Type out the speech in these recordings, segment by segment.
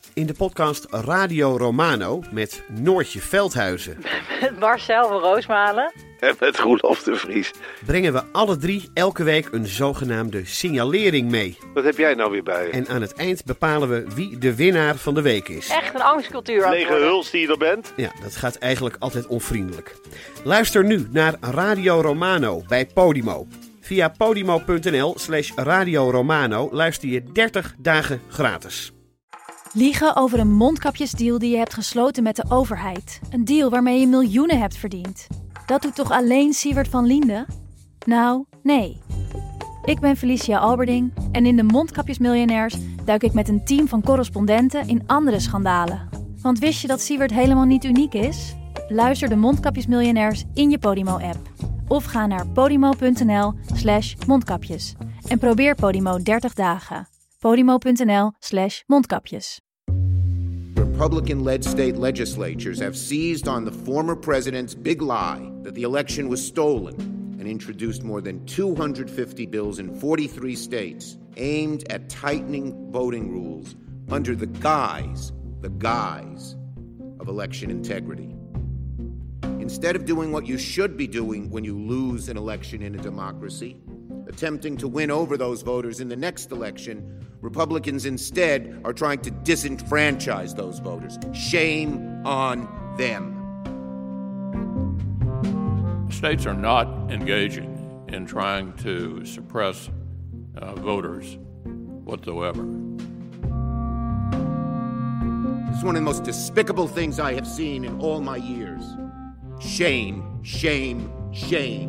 In de podcast Radio Romano met Noortje Veldhuizen. Met Marcel van Roosmalen. En met Roelof de Vries. Brengen we alle drie elke week een zogenaamde signalering mee. Wat heb jij nou weer bij je? En aan het eind bepalen we wie de winnaar van de week is. Echt een angstcultuur. Lege huls die je er bent? Ja, dat gaat eigenlijk altijd onvriendelijk. Luister nu naar Radio Romano bij Podimo. Via podimo.nl/Radio Romano luister je 30 dagen gratis. Liegen over een mondkapjesdeal die je hebt gesloten met de overheid. Een deal waarmee je miljoenen hebt verdiend. Dat doet toch alleen Siewert van Liende? Nou, nee. Ik ben Felicia Alberding en in de Mondkapjesmiljonairs duik ik met een team van correspondenten in andere schandalen. Want wist je dat Siewert helemaal niet uniek is? Luister de Mondkapjesmiljonairs in je Podimo-app. Of ga naar podimo.nl/mondkapjes. En probeer Podimo 30 dagen. podimo.nl/mondkapjes. Republican-led state legislatures have seized on the former president's big lie that the election was stolen and introduced more than 250 bills in 43 states aimed at tightening voting rules under the guise of election integrity. Instead of doing what you should be doing when you lose an election in a democracy, attempting to win over those voters in the next election, Republicans instead are trying to disenfranchise those voters. Shame on them. States are not engaging in trying to suppress voters whatsoever. It's one of the most despicable things I have seen in all my years. Shame, shame, shame.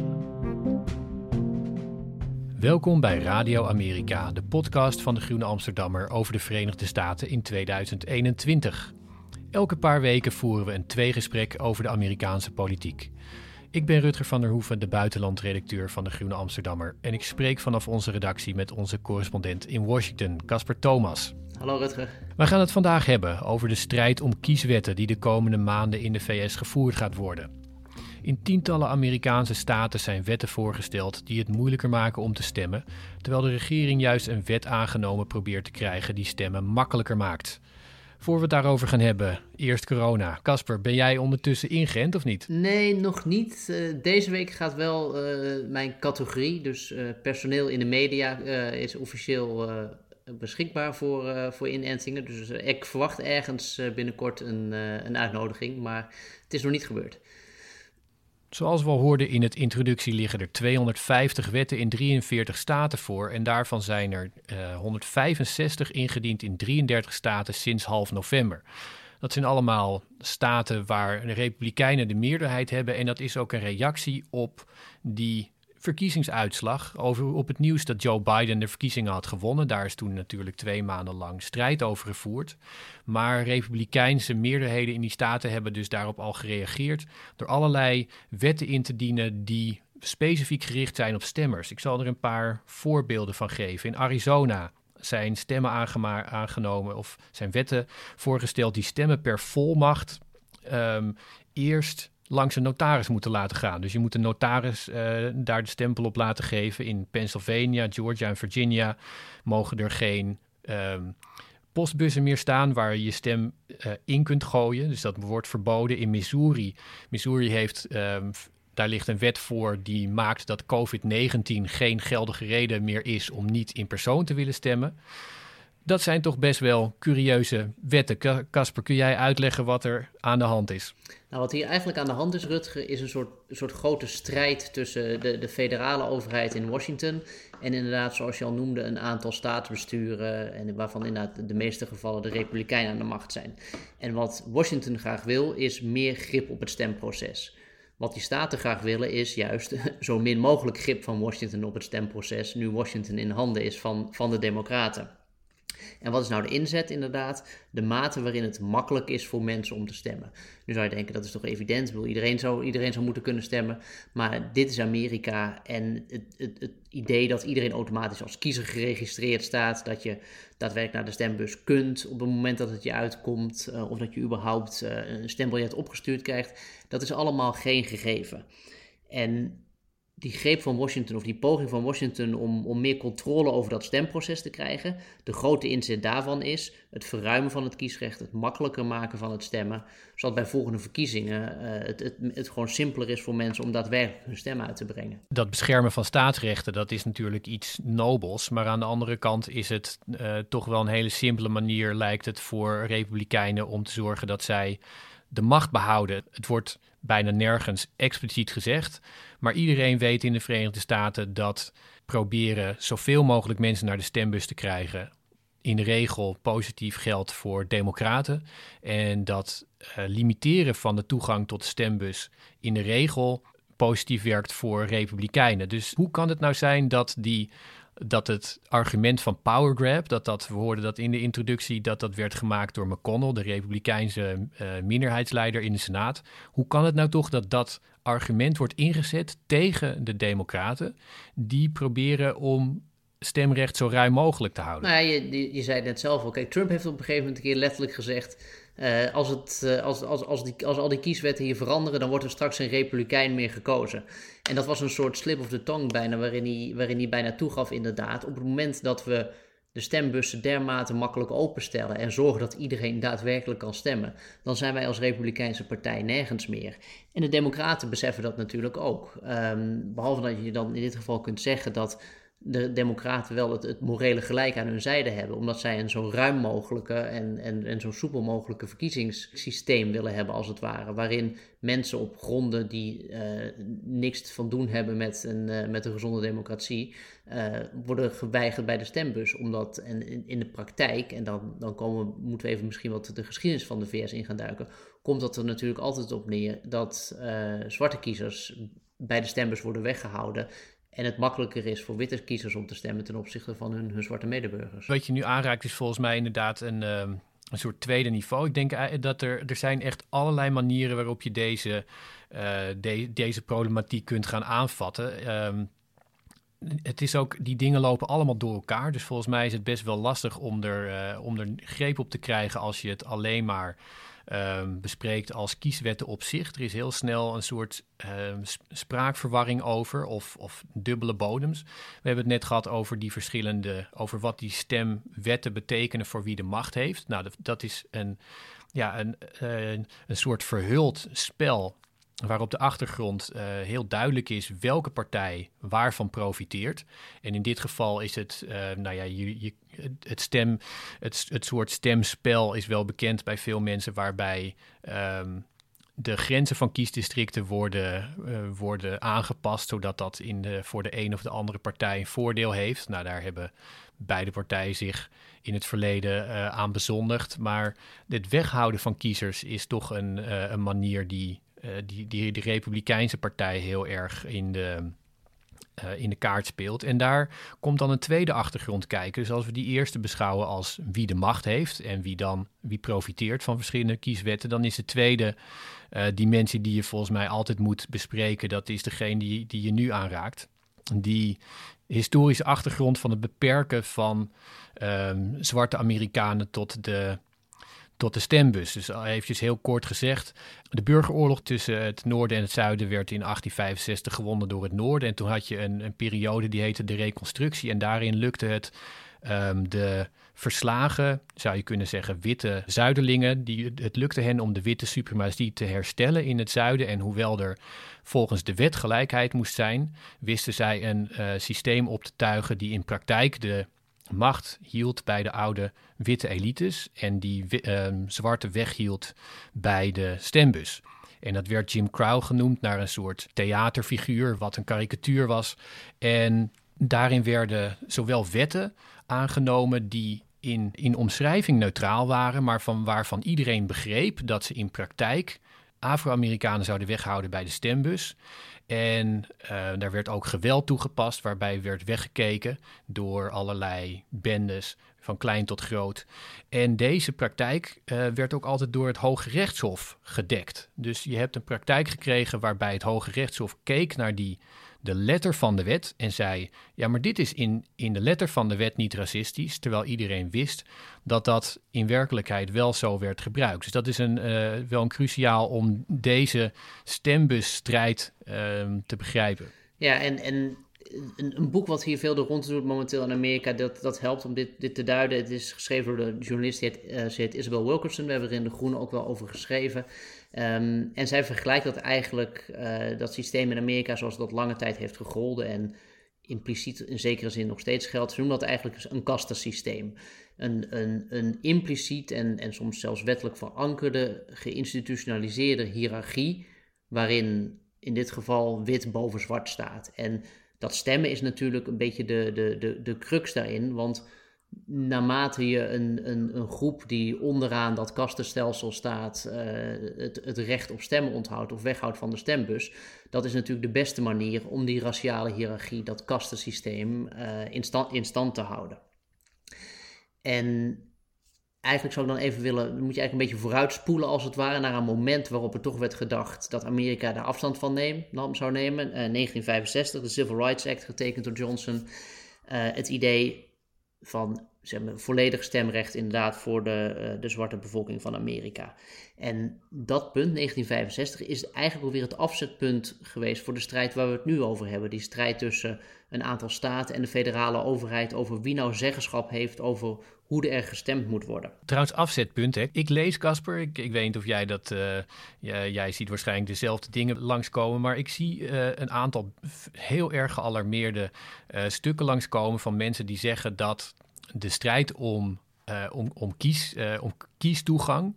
Welkom bij Radio Amerika, de podcast van de Groene Amsterdammer over de Verenigde Staten in 2021. Elke paar weken voeren we een tweegesprek over de Amerikaanse politiek. Ik ben Rutger van der Hoeven, de buitenlandredacteur van de Groene Amsterdammer. En ik spreek vanaf onze redactie met onze correspondent in Washington, Casper Thomas. Hallo Rutger. We gaan het vandaag hebben over de strijd om kieswetten die de komende maanden in de VS gevoerd gaat worden. In tientallen Amerikaanse staten zijn wetten voorgesteld die het moeilijker maken om te stemmen, terwijl de regering juist een wet aangenomen probeert te krijgen die stemmen makkelijker maakt. Voor we het daarover gaan hebben, eerst corona. Casper, ben jij ondertussen ingeënt of niet? Nee, nog niet. Deze week gaat wel mijn categorie, dus personeel in de media, is officieel beschikbaar voor inentingen. Dus ik verwacht ergens binnenkort een uitnodiging, maar het is nog niet gebeurd. Zoals we al hoorden in het introductie liggen er 250 wetten in 43 staten voor en daarvan zijn er 165 ingediend in 33 staten sinds half november. Dat zijn allemaal staten waar de Republikeinen de meerderheid hebben en dat is ook een reactie op die verkiezingsuitslag op het nieuws dat Joe Biden de verkiezingen had gewonnen. Daar is toen natuurlijk 2 maanden lang strijd over gevoerd. Maar republikeinse meerderheden in die staten hebben dus daarop al gereageerd door allerlei wetten in te dienen die specifiek gericht zijn op stemmers. Ik zal er een paar voorbeelden van geven. In Arizona zijn stemmen aangenomen of zijn wetten voorgesteld die stemmen per volmacht eerst langs een notaris moeten laten gaan. Dus je moet een notaris daar de stempel op laten geven. In Pennsylvania, Georgia en Virginia mogen er geen postbussen meer staan waar je je stem in kunt gooien. Dus dat wordt verboden. In Missouri heeft, daar ligt een wet voor die maakt dat COVID-19 geen geldige reden meer is om niet in persoon te willen stemmen. Dat zijn toch best wel curieuze wetten. Casper, kun jij uitleggen wat er aan de hand is? Nou, wat hier eigenlijk aan de hand is, Rutger, is een soort grote strijd tussen de federale overheid in Washington en inderdaad, zoals je al noemde, een aantal statenbesturen en waarvan inderdaad de meeste gevallen de Republikeinen aan de macht zijn. En wat Washington graag wil, is meer grip op het stemproces. Wat die staten graag willen is juist zo min mogelijk grip van Washington op het stemproces, nu Washington in handen is van de Democraten. En wat is nou de inzet inderdaad? De mate waarin het makkelijk is voor mensen om te stemmen. Nu zou je denken, dat is toch evident? Ik bedoel, iedereen zou moeten kunnen stemmen. Maar dit is Amerika en het idee dat iedereen automatisch als kiezer geregistreerd staat, dat je daadwerkelijk naar de stembus kunt op het moment dat het je uitkomt, of dat je überhaupt een stembiljet opgestuurd krijgt, dat is allemaal geen gegeven. En die greep van Washington of die poging van Washington om meer controle over dat stemproces te krijgen. De grote inzet daarvan is het verruimen van het kiesrecht, het makkelijker maken van het stemmen, zodat bij volgende verkiezingen het gewoon simpeler is voor mensen om daadwerkelijk hun stem uit te brengen. Dat beschermen van staatsrechten, dat is natuurlijk iets nobels, maar aan de andere kant is het toch wel een hele simpele manier, lijkt het, voor Republikeinen om te zorgen dat zij de macht behouden. Het wordt bijna nergens expliciet gezegd, maar iedereen weet in de Verenigde Staten dat proberen zoveel mogelijk mensen naar de stembus te krijgen in de regel positief geldt voor democraten en dat limiteren van de toegang tot de stembus in de regel positief werkt voor republikeinen. Dus hoe kan het nou zijn dat het argument van power grab, we hoorden dat in de introductie, dat werd gemaakt door McConnell, de republikeinse minderheidsleider in de Senaat. Hoe kan het nou toch dat argument wordt ingezet tegen de democraten die proberen om stemrecht zo ruim mogelijk te houden? Nou ja, je zei het net zelf al. Kijk, Trump heeft op een gegeven moment een keer letterlijk gezegd, als al die kieswetten hier veranderen, dan wordt er straks geen republikein meer gekozen. En dat was een soort slip of the tongue bijna, waarin hij bijna toegaf inderdaad. Op het moment dat we de stembussen dermate makkelijk openstellen en zorgen dat iedereen daadwerkelijk kan stemmen, dan zijn wij als Republikeinse partij nergens meer. En de democraten beseffen dat natuurlijk ook. Behalve dat je dan in dit geval kunt zeggen dat de democraten wel het morele gelijk aan hun zijde hebben, omdat zij een zo ruim mogelijke en zo soepel mogelijke verkiezingssysteem willen hebben, als het ware, waarin mensen op gronden die niks van doen hebben met een gezonde democratie, worden geweigerd bij de stembus. Omdat in de praktijk, en dan moeten we even misschien wat de geschiedenis van de VS in gaan duiken, komt dat er natuurlijk altijd op neer dat zwarte kiezers bij de stembus worden weggehouden en het makkelijker is voor witte kiezers om te stemmen ten opzichte van hun zwarte medeburgers. Wat je nu aanraakt is volgens mij inderdaad een soort tweede niveau. Ik denk dat er zijn echt allerlei manieren waarop je deze problematiek kunt gaan aanvatten. Het is ook, die dingen lopen allemaal door elkaar. Dus volgens mij is het best wel lastig om er greep op te krijgen als je het alleen maar bespreekt als kieswetten op zich. Er is heel snel een soort spraakverwarring over of dubbele bodems. We hebben het net gehad over over wat die stemwetten betekenen voor wie de macht heeft. Nou, dat is een soort verhuld spel waar op de achtergrond heel duidelijk is welke partij waarvan profiteert. En in dit geval is het, het soort stemspel is wel bekend bij veel mensen, waarbij de grenzen van kiesdistricten worden aangepast, zodat dat voor de een of de andere partij een voordeel heeft. Nou, daar hebben beide partijen zich in het verleden aan bezondigd. Maar het weghouden van kiezers is toch een manier die de Republikeinse partij heel erg in de kaart speelt. En daar komt dan een tweede achtergrond kijken. Dus als we die eerste beschouwen als wie de macht heeft en wie profiteert van verschillende kieswetten, dan is de tweede dimensie die je volgens mij altijd moet bespreken, dat is degene die je nu aanraakt. Die historische achtergrond van het beperken van zwarte Amerikanen tot de stembus. Dus eventjes heel kort gezegd, de burgeroorlog tussen het noorden en het zuiden werd in 1865 gewonnen door het noorden. En toen had je een periode die heette de Reconstructie. En daarin lukte het de verslagen, zou je kunnen zeggen, witte zuiderlingen, het lukte hen om de witte suprematie te herstellen in het zuiden. En hoewel er volgens de wet gelijkheid moest zijn, wisten zij een systeem op te tuigen die in praktijk de macht hield bij de oude witte elites en die zwarte weghield bij de stembus. En dat werd Jim Crow genoemd, naar een soort theaterfiguur, wat een karikatuur was. En daarin werden zowel wetten aangenomen die in omschrijving neutraal waren, maar waarvan iedereen begreep dat ze in praktijk Afro-Amerikanen zouden weghouden bij de stembus. En daar werd ook geweld toegepast, waarbij werd weggekeken door allerlei bendes, van klein tot groot. En deze praktijk werd ook altijd door het Hoge Rechtshof gedekt. Dus je hebt een praktijk gekregen waarbij het Hoge Rechtshof keek naar de letter van de wet en zei, ja, maar dit is in de letter van de wet niet racistisch, terwijl iedereen wist dat in werkelijkheid wel zo werd gebruikt. Dus dat is wel een cruciaal om deze stembusstrijd te begrijpen. Ja, en een boek wat hier veel de ronde doet momenteel in Amerika, dat helpt om dit te duiden. Het is geschreven door de journalist, ze heet Isabel Wilkerson. We hebben er in De Groene ook wel over geschreven. En zij vergelijkt dat eigenlijk, dat systeem in Amerika zoals dat lange tijd heeft gegolden en impliciet in zekere zin nog steeds geldt. Ze noemen dat eigenlijk een kastensysteem. Een impliciet en soms zelfs wettelijk verankerde, geïnstitutionaliseerde hiërarchie, waarin in dit geval wit boven zwart staat. En dat stemmen is natuurlijk een beetje de crux daarin, want naarmate je een groep die onderaan dat kastenstelsel staat het recht op stemmen onthoudt of weghoudt van de stembus, dat is natuurlijk de beste manier om die raciale hiërarchie, dat kastensysteem in stand te houden. En eigenlijk zou ik dan even willen, dan moet je eigenlijk een beetje vooruitspoelen als het ware naar een moment waarop er toch werd gedacht dat Amerika daar afstand van zou nemen. 1965, de Civil Rights Act, getekend door Johnson. Het idee van volledig stemrecht inderdaad voor de zwarte bevolking van Amerika. En dat punt, 1965, is eigenlijk alweer het afzetpunt geweest voor de strijd waar we het nu over hebben. Die strijd tussen een aantal staten en de federale overheid over wie nou zeggenschap heeft over hoe er gestemd moet worden. Trouwens, afzetpunt, hè. Ik lees, Casper, ik weet niet of jij dat... jij ziet waarschijnlijk dezelfde dingen langskomen, maar ik zie een aantal heel erg gealarmeerde stukken langskomen van mensen die zeggen dat de strijd om kiestoegang,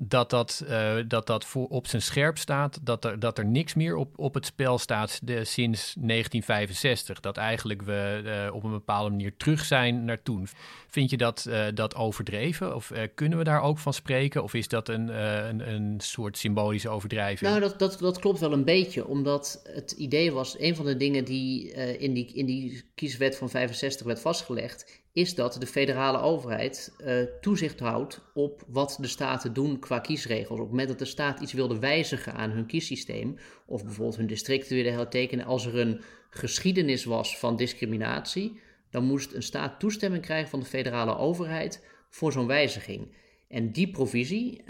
dat voor op zijn scherp staat, dat er niks meer op het spel staat sinds 1965. Dat eigenlijk we op een bepaalde manier terug zijn naar toen. Vind je dat overdreven? Of kunnen we daar ook van spreken? Of is dat een soort symbolische overdrijving? Nou, dat klopt wel een beetje, omdat het idee was, een van de dingen die in die kieswet van 65 werd vastgelegd, is dat de federale overheid toezicht houdt op wat de staten doen qua kiesregels. Op het moment dat de staat iets wilde wijzigen aan hun kiessysteem, of bijvoorbeeld hun districten willen hertekenen, als er een geschiedenis was van discriminatie, dan moest een staat toestemming krijgen van de federale overheid voor zo'n wijziging. En die provisie,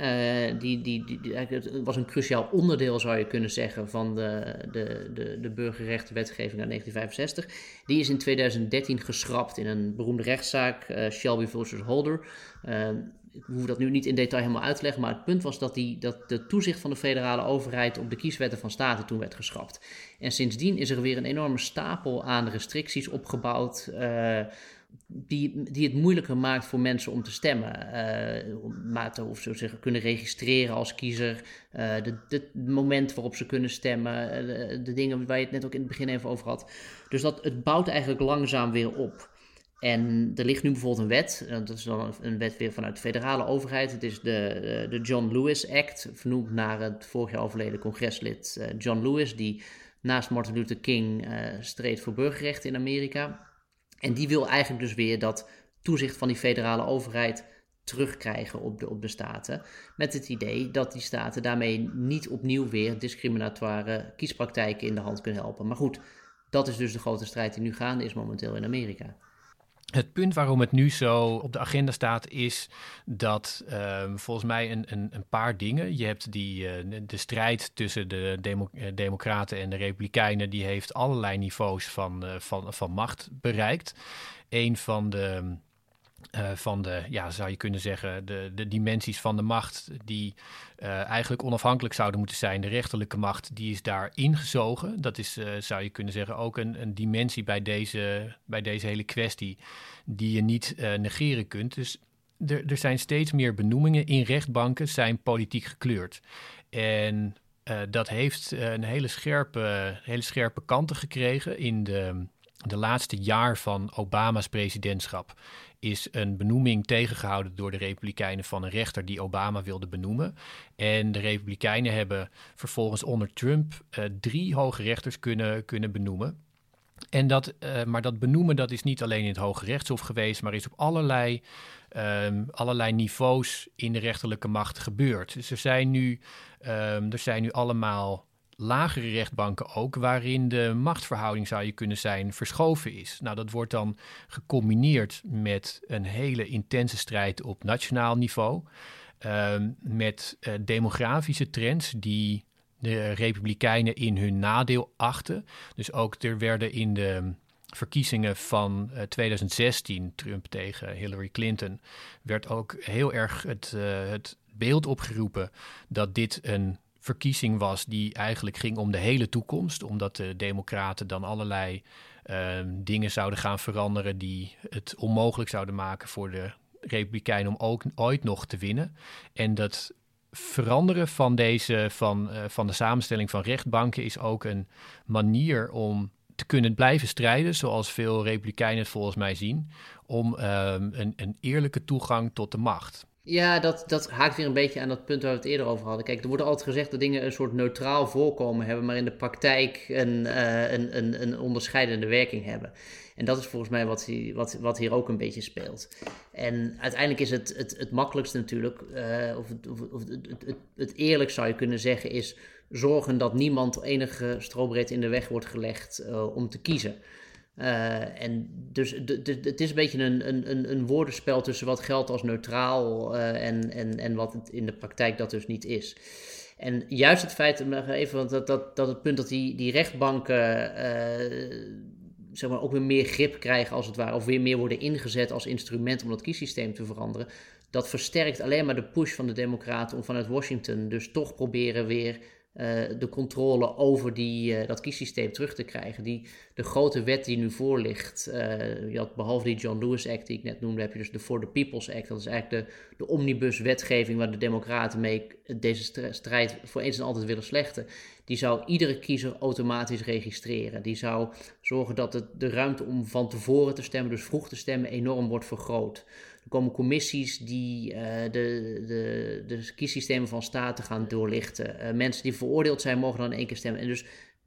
die was een cruciaal onderdeel, zou je kunnen zeggen, van de burgerrechtenwetgeving uit 1965. Die is in 2013 geschrapt in een beroemde rechtszaak, Shelby versus Holder. Ik hoef dat nu niet in detail helemaal uit te leggen, maar het punt was dat de toezicht van de federale overheid op de kieswetten van staten toen werd geschrapt. En sindsdien is er weer een enorme stapel aan restricties opgebouwd, die het moeilijker maakt voor mensen om te stemmen. Of ze zich kunnen registreren als kiezer, het moment waarop ze kunnen stemmen, de dingen waar je het net ook in het begin even over had. Dus het bouwt eigenlijk langzaam weer op. En er ligt nu bijvoorbeeld een wet, dat is dan een wet weer vanuit de federale overheid. Het is de John Lewis Act, vernoemd naar het vorig jaar overleden congreslid John Lewis, die naast Martin Luther King streed voor burgerrechten in Amerika. En die wil eigenlijk dus weer dat toezicht van die federale overheid terugkrijgen op de staten. Met het idee dat die staten daarmee niet opnieuw weer discriminatoire kiespraktijken in de hand kunnen helpen. Maar goed, dat is dus de grote strijd die nu gaande is momenteel in Amerika. Het punt waarom het nu zo op de agenda staat is dat volgens mij een paar dingen. Je hebt de strijd tussen de democraten en de republikeinen, die heeft allerlei niveaus van macht bereikt. Een van de, zou je kunnen zeggen, de dimensies van de macht die eigenlijk onafhankelijk zouden moeten zijn, de rechterlijke macht, die is daar ingezogen. Dat is, zou je kunnen zeggen, ook een dimensie bij deze hele kwestie die je niet negeren kunt. Dus er zijn steeds meer benoemingen in rechtbanken zijn politiek gekleurd. En dat heeft een hele scherpe kanten gekregen. In de laatste jaar van Obama's presidentschap is een benoeming tegengehouden door de Republikeinen van een rechter die Obama wilde benoemen. En de Republikeinen hebben vervolgens onder Trump 3 hoge rechters kunnen benoemen. En maar dat benoemen, dat is niet alleen in het Hoge Rechtshof geweest, maar is op allerlei niveaus in de rechterlijke macht gebeurd. Dus er zijn nu allemaal lagere rechtbanken ook, waarin de machtsverhouding, zou je kunnen zijn, verschoven is. Nou, dat wordt dan gecombineerd met een hele intense strijd op nationaal niveau, met demografische trends die de Republikeinen in hun nadeel achten. Dus ook er werden in de verkiezingen van 2016, Trump tegen Hillary Clinton, werd ook heel erg het beeld opgeroepen dat dit een verkiezing was die eigenlijk ging om de hele toekomst, omdat de Democraten dan allerlei dingen zouden gaan veranderen die het onmogelijk zouden maken voor de Republikeinen om ook ooit nog te winnen. En dat veranderen van van de samenstelling van rechtbanken is ook een manier om te kunnen blijven strijden, zoals veel Republikeinen het volgens mij zien, om een eerlijke toegang tot de macht. Ja, dat haakt weer een beetje aan dat punt waar we het eerder over hadden. Kijk, er wordt altijd gezegd dat dingen een soort neutraal voorkomen hebben, maar in de praktijk een onderscheidende werking hebben. En dat is volgens mij wat hier ook een beetje speelt. En uiteindelijk is het makkelijkste natuurlijk, het eerlijk zou je kunnen zeggen, is zorgen dat niemand enige strobreedte in de weg wordt gelegd om te kiezen. En dus het is een beetje een woordenspel tussen wat geldt als neutraal en wat het in de praktijk dat dus niet is. En juist het feit, even dat het punt dat die rechtbanken zeg maar ook weer meer grip krijgen als het ware, of weer meer worden ingezet als instrument om dat kiessysteem te veranderen, dat versterkt alleen maar de push van de Democraten om vanuit Washington dus toch proberen weer de controle over dat kiessysteem terug te krijgen. De grote wet die nu voor ligt, je had behalve die John Lewis Act die ik net noemde, heb je dus de For the People's Act. Dat is eigenlijk de omnibus wetgeving waar de Democraten mee deze strijd voor eens en altijd willen slechten. Die zou iedere kiezer automatisch registreren. Die zou zorgen dat de ruimte om van tevoren te stemmen, dus vroeg te stemmen, enorm wordt vergroot. Er komen commissies die de kiessystemen van staten gaan doorlichten. Mensen die veroordeeld zijn mogen dan in één keer stemmen. En dus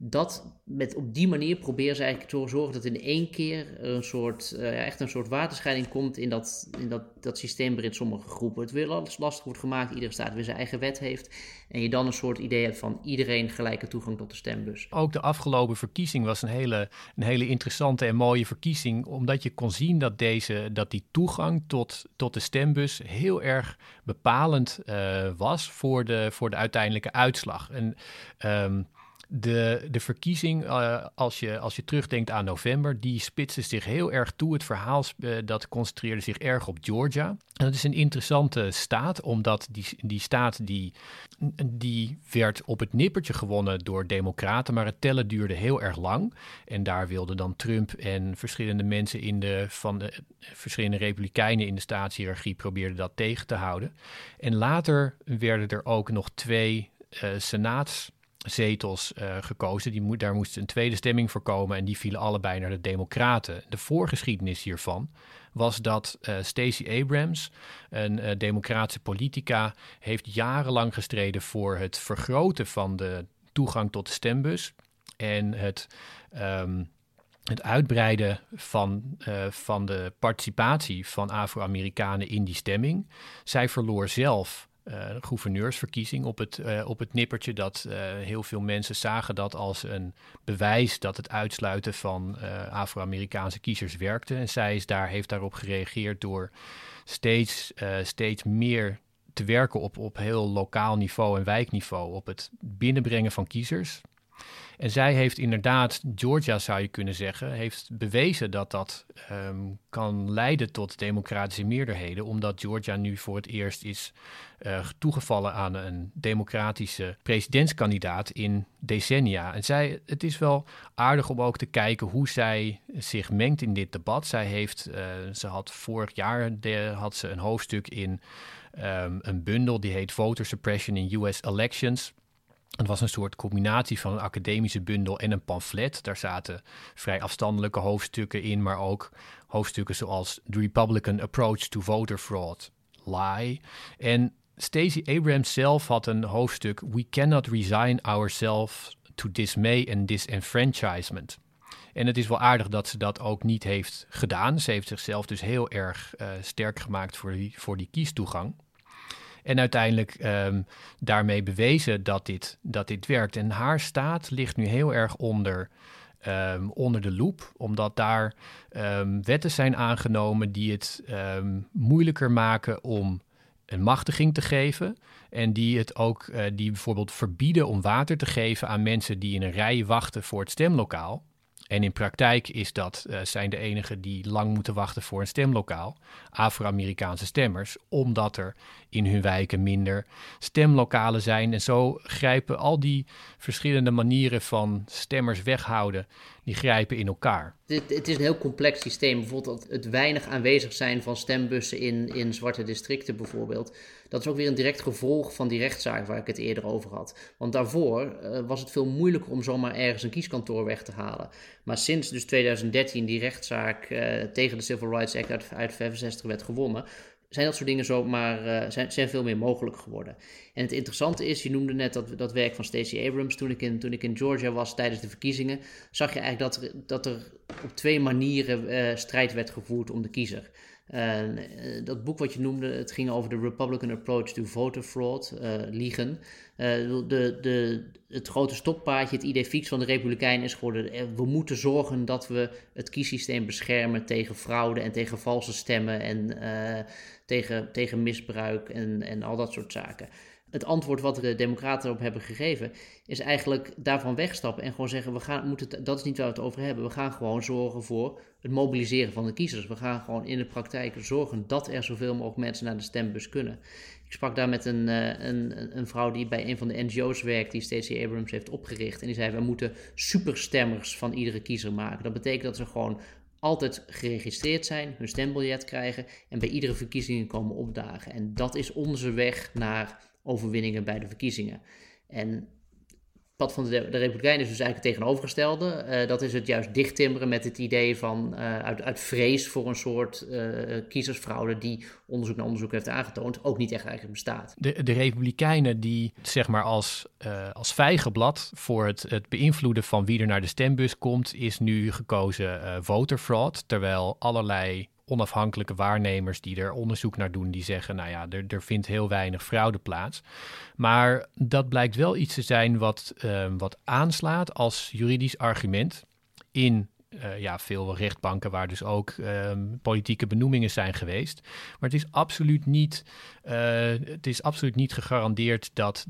op die manier proberen ze eigenlijk te zorgen dat in één keer echt een soort waterscheiding komt in dat systeem waarin sommige groepen het weer lastig wordt gemaakt. Iedere staat weer zijn eigen wet heeft. En je dan een soort idee hebt van iedereen gelijke toegang tot de stembus. Ook de afgelopen verkiezing was een hele interessante en mooie verkiezing, omdat je kon zien dat die toegang tot de stembus heel erg bepalend was voor de uiteindelijke uitslag. En de verkiezing, als je terugdenkt aan november, die spitste zich heel erg toe. Het verhaal dat concentreerde zich erg op Georgia. En dat is een interessante staat, omdat die staat die werd op het nippertje gewonnen door democraten, maar het tellen duurde heel erg lang. En daar wilden dan Trump en verschillende mensen van de verschillende republikeinen in de staatshierarchie probeerden dat tegen te houden. En later werden er ook nog 2 senaatszetels gekozen. Daar moest een tweede stemming voor komen en die vielen allebei naar de Democraten. De voorgeschiedenis hiervan was dat Stacey Abrams, een democratische politica, heeft jarenlang gestreden voor het vergroten van de toegang tot de stembus en het uitbreiden van de participatie van Afro-Amerikanen in die stemming. Zij verloor zelf de gouverneursverkiezing op het nippertje dat heel veel mensen zagen dat als een bewijs dat het uitsluiten van Afro-Amerikaanse kiezers werkte. En zij heeft daarop gereageerd door steeds meer te werken op heel lokaal niveau en wijkniveau, op het binnenbrengen van kiezers. En zij heeft inderdaad, Georgia zou je kunnen zeggen, heeft bewezen dat kan leiden tot democratische meerderheden, omdat Georgia nu voor het eerst is toegevallen aan een democratische presidentskandidaat in decennia. En het is wel aardig om ook te kijken hoe zij zich mengt in dit debat. Ze had vorig jaar had ze een hoofdstuk in een bundel die heet Voter Suppression in US Elections. Het was een soort combinatie van een academische bundel en een pamflet. Daar zaten vrij afstandelijke hoofdstukken in, maar ook hoofdstukken zoals The Republican Approach to Voter Fraud, Lie. En Stacey Abrams zelf had een hoofdstuk We Cannot Resign Ourselves to Dismay and Disenfranchisement. En het is wel aardig dat ze dat ook niet heeft gedaan. Ze heeft zichzelf dus heel erg sterk gemaakt voor die kiestoegang. En uiteindelijk daarmee bewezen dat dit werkt. En haar staat ligt nu heel erg onder de loep, omdat daar wetten zijn aangenomen die het moeilijker maken om een machtiging te geven. En die het ook die bijvoorbeeld verbieden om water te geven aan mensen die in een rij wachten voor het stemlokaal. En in praktijk zijn de enigen die lang moeten wachten voor een stemlokaal Afro-Amerikaanse stemmers, omdat er in hun wijken minder stemlokalen zijn. En zo grijpen al die verschillende manieren van stemmers weghouden, die grijpen in elkaar. Het is een heel complex systeem. Bijvoorbeeld het weinig aanwezig zijn van stembussen in zwarte districten bijvoorbeeld. Dat is ook weer een direct gevolg van die rechtszaak waar ik het eerder over had. Want daarvoor was het veel moeilijker om zomaar ergens een kieskantoor weg te halen. Maar sinds dus 2013 die rechtszaak tegen de Civil Rights Act uit 65 werd gewonnen, zijn dat soort dingen zijn veel meer mogelijk geworden. En het interessante is, je noemde net dat werk van Stacey Abrams. Toen ik in Georgia was tijdens de verkiezingen, zag je eigenlijk dat er op 2 manieren strijd werd gevoerd om de kiezer. Dat boek wat je noemde, het ging over de Republican Approach to Voter Fraud, liegen. Het grote stoppaardje, het idee fix van de Republikeinen is geworden, we moeten zorgen dat we het kiessysteem beschermen tegen fraude en tegen valse stemmen en tegen misbruik en al dat soort zaken. Het antwoord wat de Democraten erop hebben gegeven is eigenlijk daarvan wegstappen en gewoon zeggen, dat is niet waar we het over hebben. We gaan gewoon zorgen voor het mobiliseren van de kiezers. We gaan gewoon in de praktijk zorgen dat er zoveel mogelijk mensen naar de stembus kunnen. Ik sprak daar met een vrouw die bij een van de NGO's werkt die Stacey Abrams heeft opgericht. En die zei, we moeten superstemmers van iedere kiezer maken. Dat betekent dat ze gewoon altijd geregistreerd zijn, hun stembiljet krijgen en bij iedere verkiezing komen opdagen. En dat is onze weg naar overwinningen bij de verkiezingen. En het pad van de Republikeinen is dus eigenlijk het tegenovergestelde. Dat is het juist dichttimmeren met het idee van uit vrees voor een soort kiezersfraude die onderzoek na onderzoek heeft aangetoond, ook niet echt eigenlijk bestaat. De Republikeinen die zeg maar als vijgenblad voor het beïnvloeden van wie er naar de stembus komt, is nu gekozen voter fraud, terwijl allerlei onafhankelijke waarnemers die er onderzoek naar doen, die zeggen, nou ja, er vindt heel weinig fraude plaats. Maar dat blijkt wel iets te zijn wat aanslaat als juridisch argument in veel rechtbanken waar dus ook politieke benoemingen zijn geweest. Maar het is absoluut niet gegarandeerd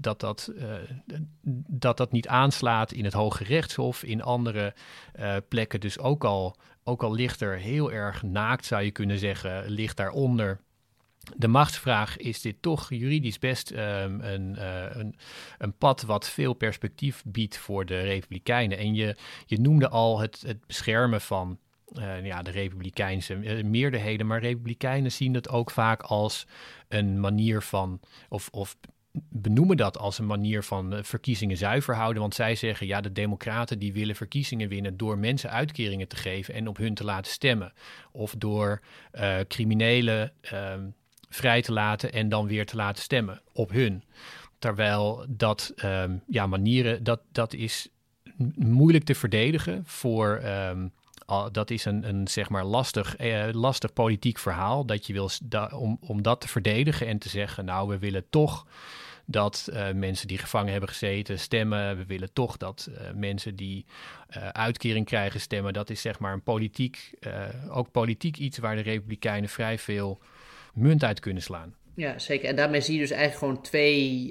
dat niet aanslaat in het Hoge Rechtshof, in andere plekken. Dus ook al ligt er heel erg naakt, zou je kunnen zeggen, ligt daaronder de machtsvraag, is dit toch juridisch best een pad wat veel perspectief biedt voor de Republikeinen. En je noemde al het beschermen van de Republikeinse meerderheden, maar Republikeinen zien dat ook vaak als een manier van, of benoemen dat als een manier van verkiezingen zuiver houden. Want zij zeggen, ja, de Democraten die willen verkiezingen winnen door mensen uitkeringen te geven en op hun te laten stemmen. Of door criminelen vrij te laten en dan weer te laten stemmen op hun. Terwijl dat is moeilijk te verdedigen voor dat is een zeg maar lastig politiek verhaal, dat je wil om dat te verdedigen en te zeggen, nou, we willen toch dat mensen die gevangen hebben gezeten stemmen. We willen toch dat mensen die uitkering krijgen stemmen. Dat is zeg maar ook politiek iets waar de Republikeinen vrij veel munt uit kunnen slaan. Ja, zeker. En daarmee zie je dus eigenlijk gewoon twee,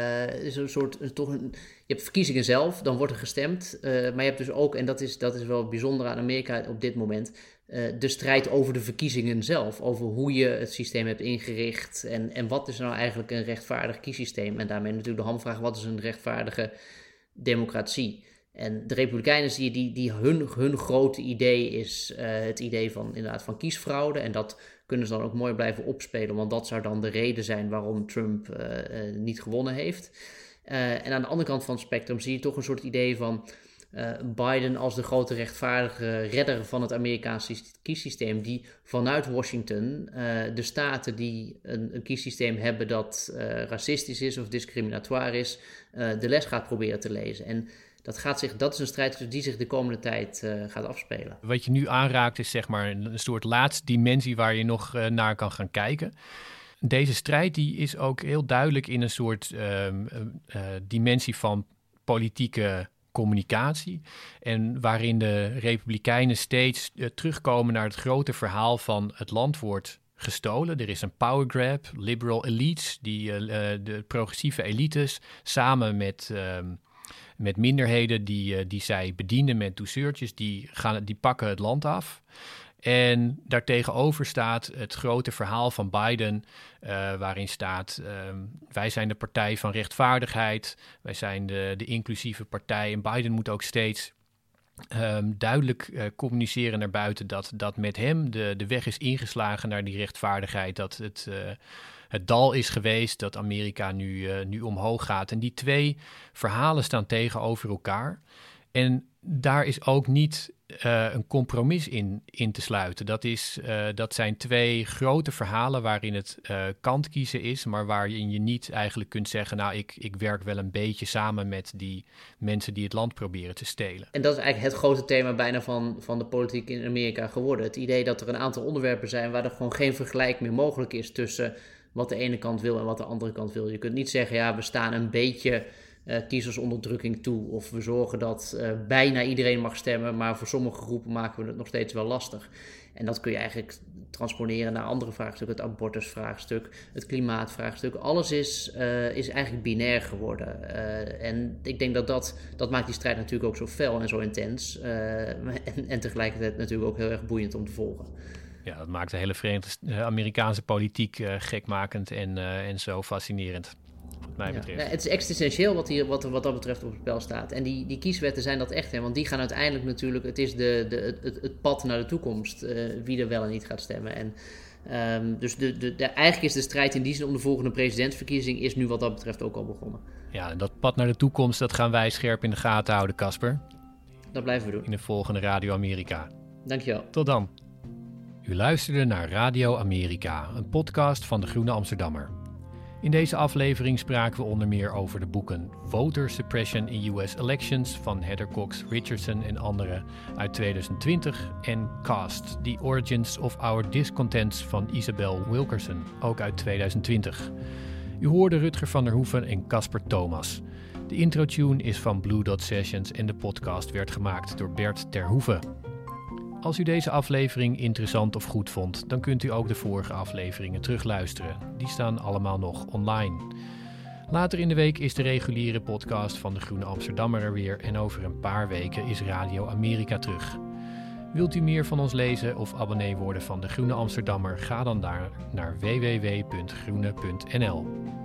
je hebt verkiezingen zelf, dan wordt er gestemd. Maar je hebt dus ook, en dat is wel bijzonder aan Amerika op dit moment, de strijd over de verkiezingen zelf. Over hoe je het systeem hebt ingericht en wat is nou eigenlijk een rechtvaardig kiessysteem. En daarmee natuurlijk de hamvraag, wat is een rechtvaardige democratie? En de Republikeinen zie je hun grote idee is het idee van kiesfraude. En dat kunnen ze dan ook mooi blijven opspelen, want dat zou dan de reden zijn waarom Trump niet gewonnen heeft. En aan de andere kant van het spectrum zie je toch een soort idee van Biden als de grote rechtvaardige redder van het Amerikaanse kiessysteem, die vanuit Washington de staten die een kiessysteem hebben dat racistisch is of discriminatoire is, de les gaat proberen te lezen. En dat is een strijd die zich de komende tijd gaat afspelen. Wat je nu aanraakt is zeg maar een soort laatste dimensie waar je nog naar kan gaan kijken. Deze strijd die is ook heel duidelijk in een soort dimensie van politieke communicatie. En waarin de Republikeinen steeds terugkomen naar het grote verhaal van het land wordt gestolen. Er is een power grab, liberal elites, de progressieve elites, samen met minderheden die zij bedienen met douceurtjes, die pakken het land af. En daartegenover staat het grote verhaal van Biden, waarin staat: wij zijn de partij van rechtvaardigheid, wij zijn de inclusieve partij. En Biden moet ook steeds duidelijk communiceren naar buiten dat met hem de weg is ingeslagen naar die rechtvaardigheid, dat het dal is geweest, dat Amerika nu omhoog gaat. En die twee verhalen staan tegenover elkaar. En daar is ook niet een compromis in te sluiten. Dat zijn twee grote verhalen waarin het kant kiezen is, maar waarin je niet eigenlijk kunt zeggen, nou, ik werk wel een beetje samen met die mensen die het land proberen te stelen. En dat is eigenlijk het grote thema bijna van de politiek in Amerika geworden. Het idee dat er een aantal onderwerpen zijn waar er gewoon geen vergelijk meer mogelijk is tussen wat de ene kant wil en wat de andere kant wil. Je kunt niet zeggen, ja, we staan een beetje kiezersonderdrukking toe, of we zorgen dat bijna iedereen mag stemmen, maar voor sommige groepen maken we het nog steeds wel lastig. En dat kun je eigenlijk transponeren naar andere vraagstukken, het abortusvraagstuk, het klimaatvraagstuk. Alles is eigenlijk binair geworden. En ik denk dat maakt die strijd natuurlijk ook zo fel en zo intens. En tegelijkertijd natuurlijk ook heel erg boeiend om te volgen. Ja, dat maakt de hele Verenigde Amerikaanse politiek gekmakend en zo fascinerend. Wat mij betreft. Ja, het is existentieel wat dat betreft op het spel staat. En die kieswetten zijn dat echt, hè, want die gaan uiteindelijk natuurlijk, het is het pad naar de toekomst, wie er wel en niet gaat stemmen. En dus eigenlijk is de strijd in die zin om de volgende presidentsverkiezing is nu wat dat betreft ook al begonnen. Ja, en dat pad naar de toekomst, dat gaan wij scherp in de gaten houden, Casper. Dat blijven we doen. In de volgende Radio Amerika. Dankjewel. Tot dan. U luisterde naar Radio Amerika, een podcast van de Groene Amsterdammer. In deze aflevering spraken we onder meer over de boeken Voter Suppression in US Elections van Heather Cox Richardson en anderen uit 2020 en Cast, The Origins of Our Discontents van Isabel Wilkerson, ook uit 2020. U hoorde Rutger van der Hoeven en Casper Thomas. De intro-tune is van Blue Dot Sessions en de podcast werd gemaakt door Bert ter Hoeve. Als u deze aflevering interessant of goed vond, dan kunt u ook de vorige afleveringen terugluisteren. Die staan allemaal nog online. Later in de week is de reguliere podcast van de Groene Amsterdammer er weer en over een paar weken is Radio Amerika terug. Wilt u meer van ons lezen of abonnee worden van de Groene Amsterdammer? Ga dan daar naar www.groene.nl.